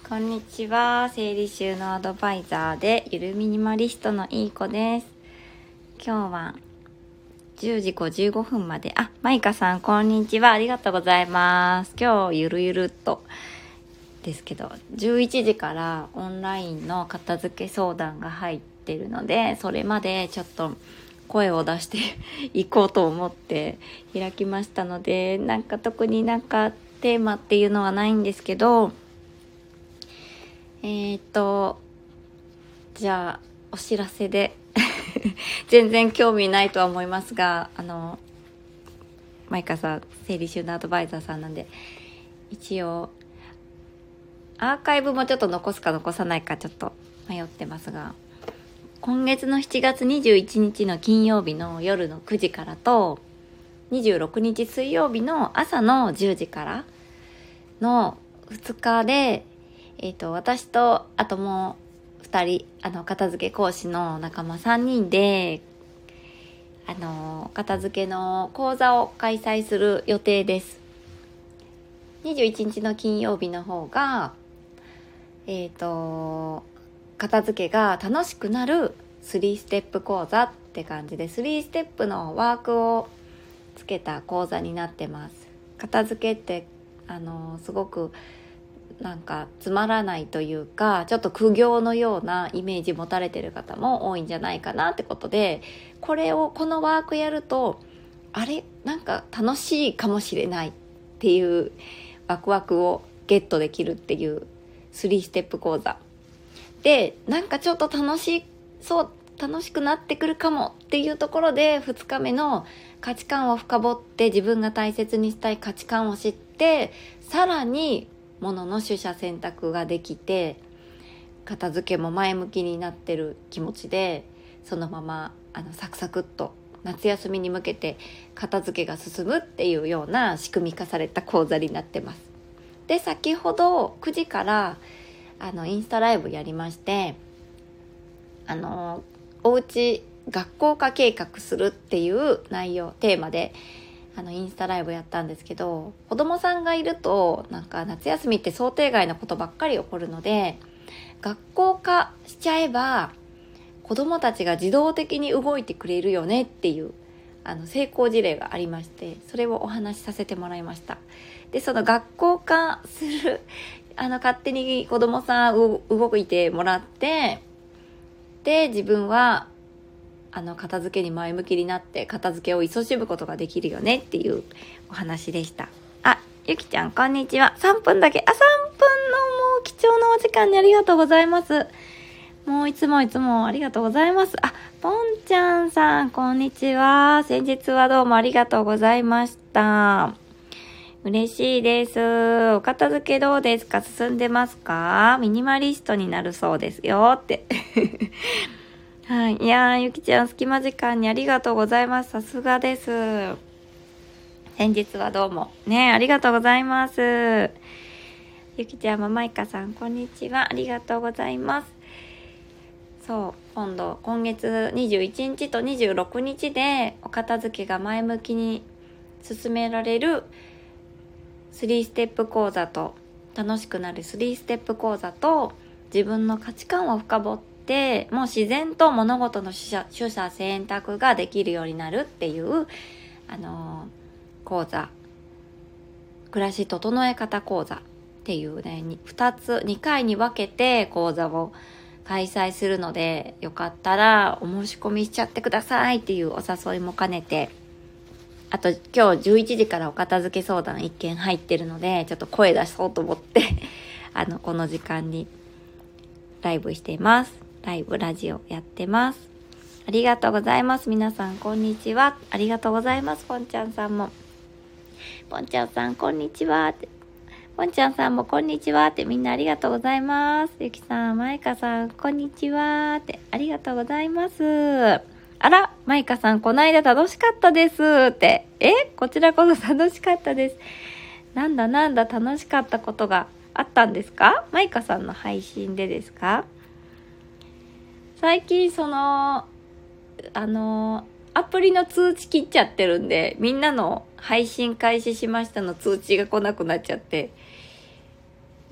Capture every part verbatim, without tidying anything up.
こんにちは。整理収納アドバイザーでゆるミニマリストのいい子です。今日はじゅうじごじゅうごふんまで、あ、マイカさんこんにちは。ありがとうございます。今日ゆるゆるっとですけど、じゅういちじからオンラインの片付け相談が入ってるので、それまでちょっと声を出していこうと思って開きましたので、なんか特になんかテーマっていうのはないんですけど、えーっとじゃあお知らせで全然興味ないとは思いますが、あのマイカさん整理収納アドバイザーさんなんで、一応アーカイブもちょっと残すか残さないかちょっと迷ってますが、今月のしちがつにじゅういちにちの金曜日の夜のくじからとにじゅうろくにち水曜日の朝のじゅうじからのふつかで、えーと、私とあともうふたり、あの片付け講師の仲間さんにんであの片付けの講座を開催する予定です。にじゅういちにちの金曜日の方がえーと片付けが楽しくなるスリーステップ講座って感じで、スリーステップのワークをつけた講座になってます。片付けってあのすごくなんかつまらないというか、ちょっと苦行のようなイメージ持たれてる方も多いんじゃないかなってことで、これをこのワークやるとあれなんか楽しいかもしれないっていうワクワクをゲットできるっていうスリーステップ講座で、なんかちょっと楽しいそう楽しくなってくるかもっていうところで、ふつかめの価値観を深掘って、自分が大切にしたい価値観を知って、さらに物の取捨選択ができて、片付けも前向きになってる気持ちで、そのままあのサクサクっと夏休みに向けて片付けが進むっていうような仕組み化された講座になってます。で、先ほどくじからあのインスタライブやりまして、あのおうち学校化計画するっていう内容テーマであのインスタライブやったんですけど、子供さんがいるとなんか夏休みって想定外のことばっかり起こるので、学校化しちゃえば子供たちが自動的に動いてくれるよねっていうあの成功事例がありまして、それをお話しさせてもらいました。で、その学校化するあの勝手に子供さん動いてもらって、で自分はあの片付けに前向きになって片付けを勤しむことができるよねっていうお話でした。あ、ゆきちゃんこんにちは。さんぷんだけ、あ、さんぷんのもう貴重なお時間にありがとうございます。もういつもいつもありがとうございます。あ、ぽんちゃんさんこんにちは。先日はどうもありがとうございました。嬉しいです。お片付けどうですか？進んでますか？ミニマリストになるそうですよってはい、いやーゆきちゃん隙間時間にありがとうございます。さすがです。先日はどうもね、ありがとうございます。ゆきちゃんもマイカさんこんにちは、ありがとうございます。そう、今度今月にじゅういちにちとにじゅうろくにちでお片付けが前向きに進められるスリーステップ講座と、楽しくなるスリーステップ講座と、自分の価値観を深掘ってもう自然と物事の取捨取捨選択ができるようになるっていうあのー、講座、暮らし整え方講座っていうね、ふたつにかいに分けて講座を開催するので、よかったらお申し込みしちゃってくださいっていうお誘いも兼ねて、あと今日じゅういちじからお片付け相談いっけん入ってるので、ちょっと声出そうと思ってあのこの時間にライブしています。ライブラジオやってます。ありがとうございます。皆さんこんにちは。ありがとうございます。ぽんちゃんさんもぽんちゃんさんこんにちはって、ぽんちゃんさんもこんにちはって、みんなありがとうございます。ゆきさん、まいかさんこんにちはってありがとうございます。あら、マイカさん、こないだ楽しかったですって。え、こちらこそ楽しかったです。なんだなんだ楽しかったことがあったんですか？マイカさんの配信でですか？最近その、あの、アプリの通知切っちゃってるんで、みんなの配信開始しましたの通知が来なくなっちゃって、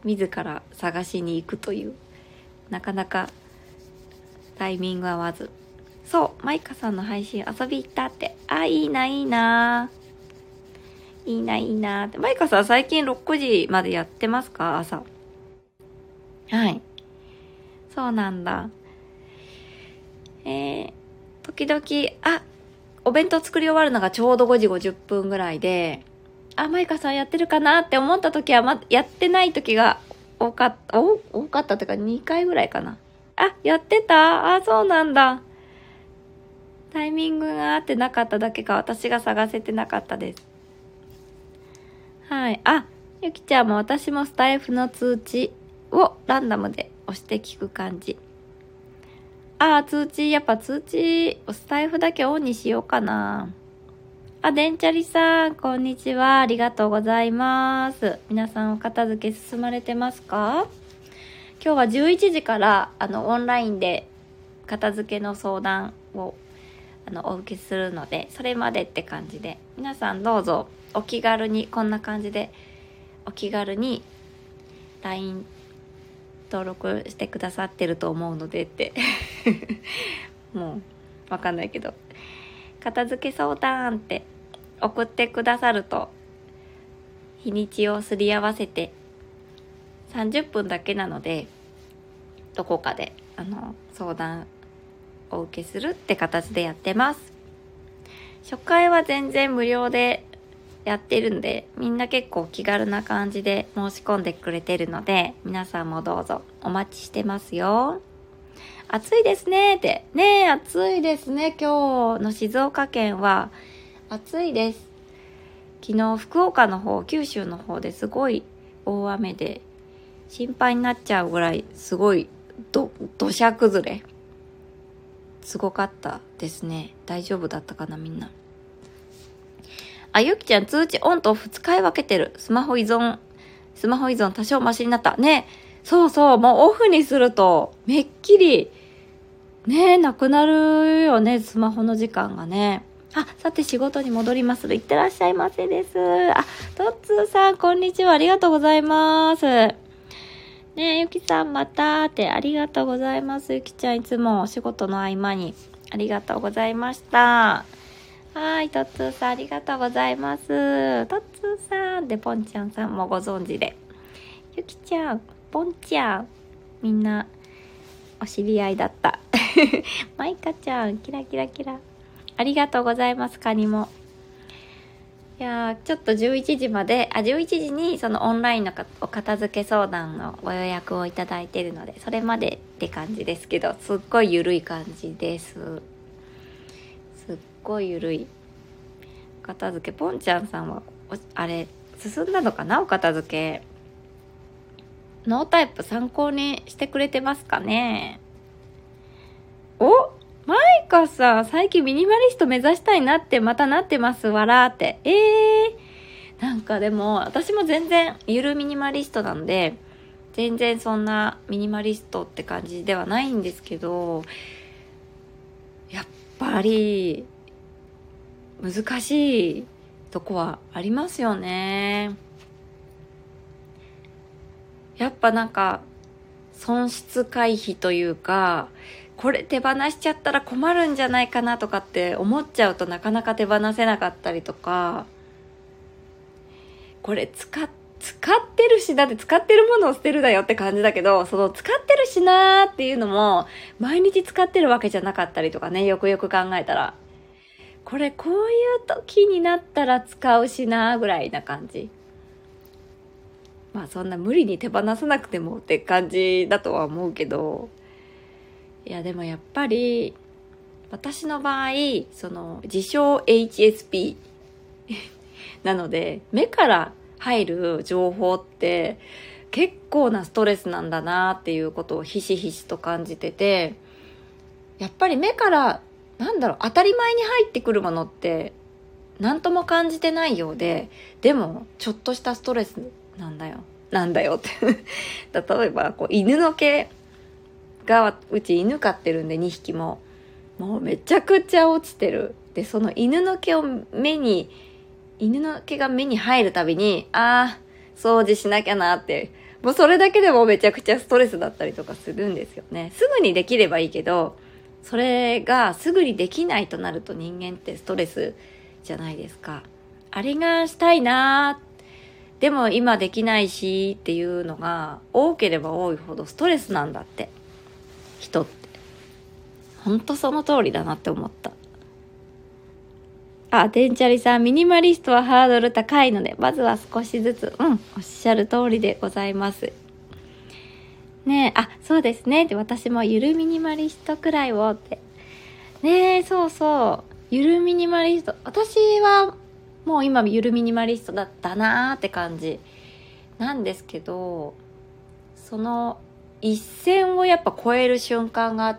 自ら探しに行くという、なかなかタイミング合わず。そう、マイカさんの配信遊び行ったって。あ、いいないいないいないいなって。マイカさん最近ろくじまでやってますか？朝。はい。そうなんだ。えー、時々、あ、お弁当作り終わるのがちょうどごじごじゅっぷんぐらいで、あ、マイカさんやってるかなって思った時は、ま、やってない時が多かった、お多かったっていうかにかいぐらいかな。あ、やってた？あ、そうなんだ。タイミングが合ってなかっただけか、私が探せてなかったです。はい。あ、ゆきちゃんも私もスタイフの通知をランダムで押して聞く感じ。あ、通知、やっぱ通知、スタイフだけオンにしようかな。あ、でんちゃりさん、こんにちは。ありがとうございます。皆さんお片付け進まれてますか？今日はじゅういちじから、あの、オンラインで片付けの相談を、あの、お受けするので、それまでって感じで、皆さんどうぞ、お気軽に、こんな感じで、お気軽に、ライン 登録してくださってると思うのでって、もう、わかんないけど、片付け相談って送ってくださると、日にちをすり合わせてさんじゅっぷんだけなので、どこかであの相談をお受けするって形でやってます。初回は全然無料でやってるんで、みんな結構気軽な感じで申し込んでくれてるので、皆さんもどうぞお待ちしてますよ。暑いですねって。ねえ、暑いですね。今日の静岡県は暑いです。昨日福岡の方、九州の方ですごい大雨で心配になっちゃうぐらいすごいど土砂崩れすごかったですね。大丈夫だったかなみんな。あ、ゆきちゃん通知オンとオフ使い分けてる。スマホ依存スマホ依存多少マシになったね。そうそう、もうオフにするとめっきりねえ、なくなるよね、スマホの時間がね。あ、さて仕事に戻ります。いってらっしゃいませです。あ、トッツーさん、こんにちは。ありがとうございます。ねえ、ゆきさんまたってありがとうございます。ゆきちゃんいつもお仕事の合間にありがとうございました。はい、トッツーさんありがとうございます。トッツーさんで、ポンちゃんさんもご存知で。ゆきちゃん、ポンちゃん、みんなお知り合いだった。マイカちゃん、キラキラキラ。ありがとうございます、カニも。いやー、ちょっとじゅういちじまで、あ、じゅういちじにそのオンラインのお片付け相談のご予約をいただいているので、それまでって感じですけど、すっごいゆるい感じです。すっごいゆるい。お片付け、ポンちゃんさんは、あれ、進んだのかなお片付け。ノータイプ参考にしてくれてますかね？お、マイカさん、最近ミニマリスト目指したいなってまたなってます。わらーって。えー。なんかでも、私も全然ゆるミニマリストなんで、全然そんなミニマリストって感じではないんですけど、やっぱり、難しいとこはありますよね。やっぱなんか、損失回避というか、これ手放しちゃったら困るんじゃないかなとかって思っちゃうとなかなか手放せなかったりとか、これ使っ使ってるし、だって使ってるものを捨てるだよって感じだけど、その使ってるしなーっていうのも毎日使ってるわけじゃなかったりとかね、よくよく考えたら、これこういう時になったら使うしなーぐらいな感じ。まあそんな無理に手放さなくてもって感じだとは思うけど、いやでもやっぱり私の場合、その自称 エイチエスピー なので、目から入る情報って結構なストレスなんだなっていうことをひしひしと感じてて、やっぱり目からなんだろう、当たり前に入ってくるものって何とも感じてないようで、でもちょっとしたストレスなんだよなんだよって例えばこう犬の毛が、うち犬飼ってるんでにひきももうめちゃくちゃ落ちてる。でその犬の毛を目に犬の毛が目に入るたびに、あー掃除しなきゃなってもうそれだけでもめちゃくちゃストレスだったりとかするんですよね。すぐにできればいいけど、それがすぐにできないとなると人間ってストレスじゃないですか。あれがしたいなー、でも今できないしっていうのが多ければ多いほどストレスなんだって。人って。ほんとその通りだなって思った。あ、てんちゃりさん、ミニマリストはハードル高いので、まずは少しずつ、うん、おっしゃる通りでございます。ねえ、あ、そうですね。で、私もゆるミニマリストくらいをって。ねえ、そうそう。ゆるミニマリスト。私は、もう今ゆるミニマリストだったなーって感じなんですけど、その一線をやっぱ超える瞬間があって、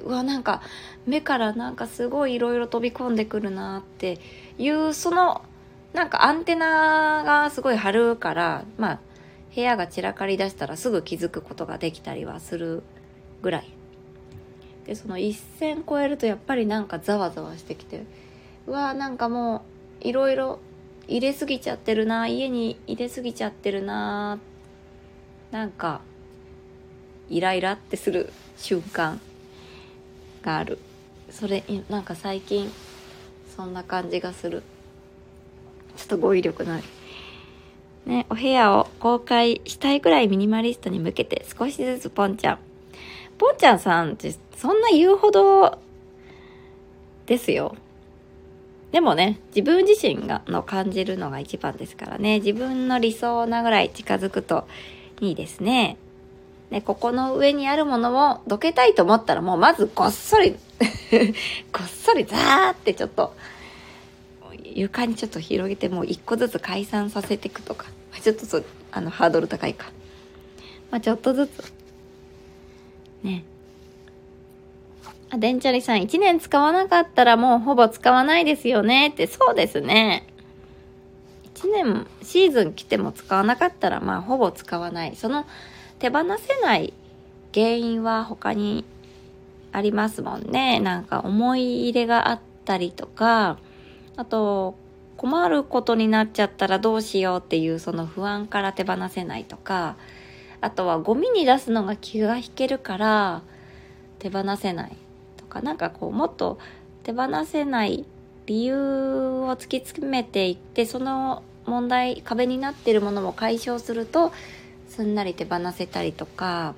うわ、なんか目からなんかすごいいろいろ飛び込んでくるなっていう、そのなんかアンテナがすごい張るから、まあ部屋が散らかりだしたらすぐ気づくことができたりはするぐらいで、その一線超えるとやっぱりなんかざわざわしてきて、うわ、なんかもういろいろ入れすぎちゃってるな、家に入れすぎちゃってるな、なんかイライラってする瞬間がある。それなんか最近そんな感じがする。ちょっと語彙力ないね。お部屋を公開したいくらいミニマリストに向けて少しずつポンちゃんポンちゃんさんってそんな言うほどですよ。でもね、自分自身がの感じるのが一番ですからね。自分の理想なぐらい近づくといいですね。で、ここの上にあるものをどけたいと思ったら、もうまずこっそりこっそりザーってちょっと床にちょっと広げて、もう一個ずつ解散させていくとか、ちょっとそうあのハードル高いか、まあちょっとずつね。あ、でんちゃりさん、いちねん使わなかったらもうほぼ使わないですよねって。そうですね。いちねんシーズン来ても使わなかったらまあほぼ使わない。その手放せない原因は他にありますもんね。なんか思い入れがあったりとか、あと困ることになっちゃったらどうしようっていうその不安から手放せないとか、あとはゴミに出すのが気が引けるから手放せないとか、なんかこうもっと手放せない理由を突き詰めていって、その問題壁になっているものも解消するとすんなり手放せたりとか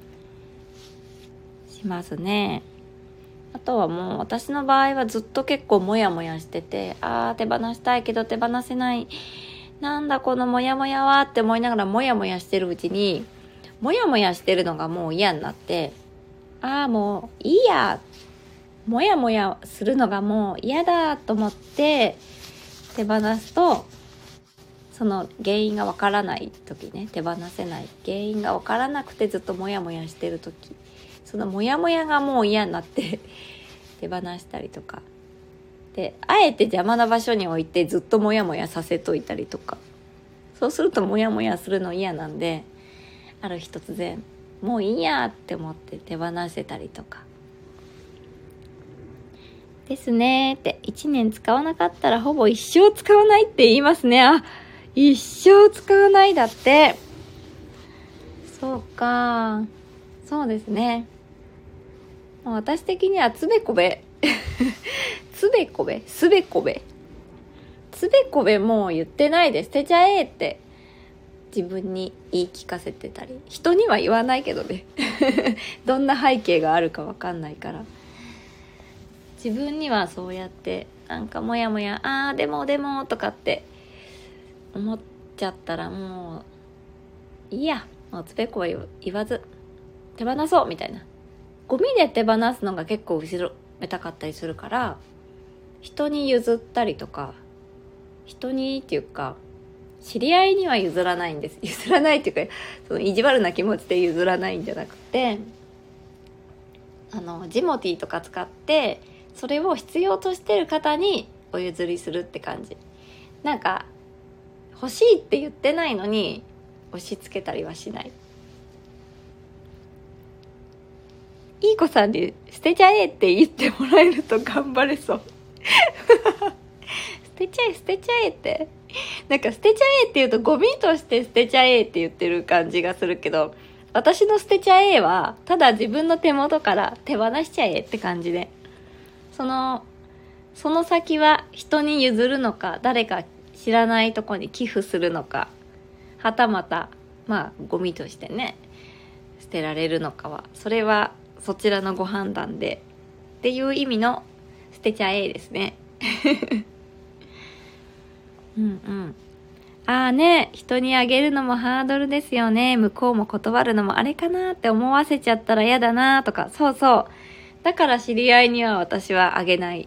しますね。あとはもう私の場合はずっと結構モヤモヤしてて、あー手放したいけど手放せない、なんだこのモヤモヤはって思いながらモヤモヤしてるうちに、モヤモヤしてるのがもう嫌になって、あーもういいや、モヤモヤするのがもう嫌だと思って手放すと、その原因がわからない時ね、手放せない原因がわからなくてずっとモヤモヤしてる時、そのモヤモヤがもう嫌になって手放したりとかで、あえて邪魔な場所に置いてずっとモヤモヤさせといたりとか、そうするとモヤモヤするの嫌なんで、ある日突然もういいやって思って手放せたりとかですね。っていちねん使わなかったらほぼ一生使わないって言いますね。あ、一生使わないだって。そうか、そうですね。もう私的にはつべこべつべこべすべこべつべこべもう言ってないで捨てちゃえって自分に言い聞かせてたり、人には言わないけどねどんな背景があるかわかんないから、自分にはそうやってなんかモヤモヤ、あーでもでもとかって思っちゃったら、もういいや、もうつべこべ言わず手放そうみたいな。ゴミで手放すのが結構後ろめたかったりするから、人に譲ったりとか、人にっていうか知り合いには譲らないんです。譲らないっていうか、その意地悪な気持ちで譲らないんじゃなくて、あのジモティーとか使ってそれを必要としてる方にお譲りするって感じ。なんか欲しいって言ってないのに押し付けたりはしない。いい子さんに捨てちゃえって言ってもらえると頑張れそう捨てちゃえ捨てちゃえってなんか捨てちゃえって言うとゴミとして捨てちゃえって言ってる感じがするけど、私の捨てちゃえはただ自分の手元から手放しちゃえって感じで、そのその先は人に譲るのか、誰か知らないとこに寄付するのか、はたまたまあゴミとしてね捨てられるのかは、それはそちらのご判断でっていう意味の捨てちゃえですね。うんうん。ああね、人にあげるのもハードルですよね。向こうも断るのもあれかなって思わせちゃったら嫌だなとか、そうそう。だから知り合いには私はあげない。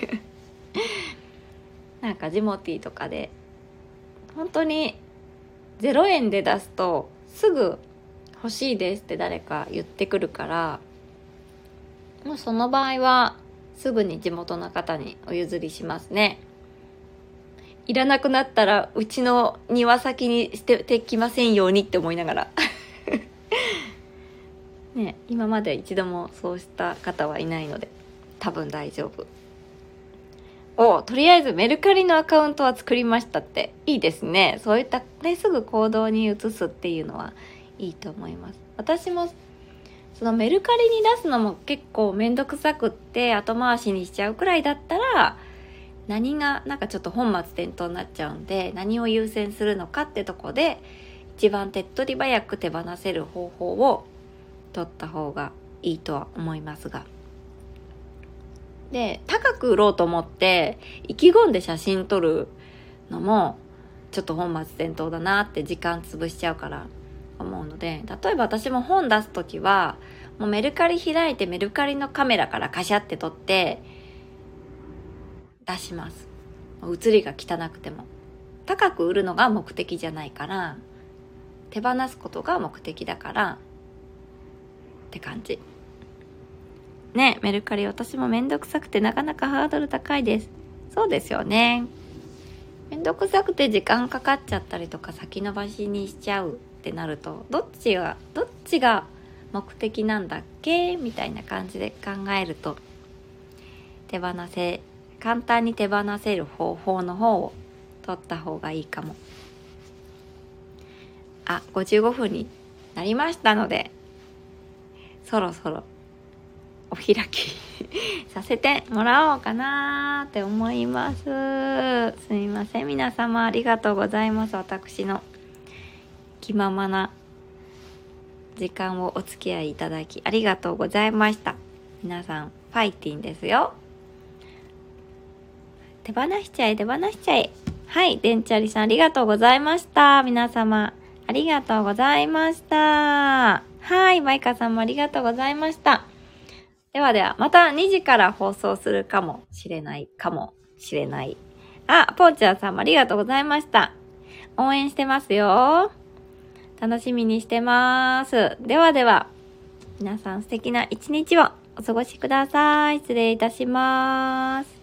なんかジモティーとかで本当にゼロえんで出すとすぐ欲しいですって誰か言ってくるから、もうその場合はすぐに地元の方にお譲りしますね。いらなくなったらうちの庭先に捨ててきませんようにって思いながらね、今まで一度もそうした方はいないので多分大丈夫。お、とりあえずメルカリのアカウントは作りましたって、いいですね。そういったね、すぐ行動に移すっていうのはいいと思います。私もそのメルカリに出すのも結構めんどくさくって後回しにしちゃうくらいだったら、何がなんかちょっと本末転倒になっちゃうんで、何を優先するのかってとこで一番手っ取り早く手放せる方法を取った方がいいとは思いますが、で高く売ろうと思って意気込んで写真撮るのもちょっと本末転倒だなって時間潰しちゃうから思うので、例えば私も本出すときはもうメルカリ開いてメルカリのカメラからカシャって撮って出します。写りが汚くても高く売るのが目的じゃないから、手放すことが目的だからって感じね。メルカリ私もめんどくさくてなかなかハードル高いです。そうですよね。めんどくさくて時間かかっちゃったりとか先延ばしにしちゃうってなると、どっちがどっちが目的なんだっけみたいな感じで考えると、手放せ簡単に手放せる方法の方を取った方がいいかも。あ、ごじゅうごふんになりましたので、そろそろお開きさせてもらおうかなって思います。すみません、皆様ありがとうございます。私の気ままな時間をお付き合いいただきありがとうございました。皆さんファイティンですよ。手放しちゃえ手放しちゃえ。はい、デンチャリさんありがとうございました。皆様ありがとうございました。はい、マイカさんもありがとうございました。ではではまたにじから放送するかもしれないかもしれない。あ、ポーチャーさんもありがとうございました。応援してますよ。楽しみにしてます。ではでは皆さん素敵な一日をお過ごしください。失礼いたします。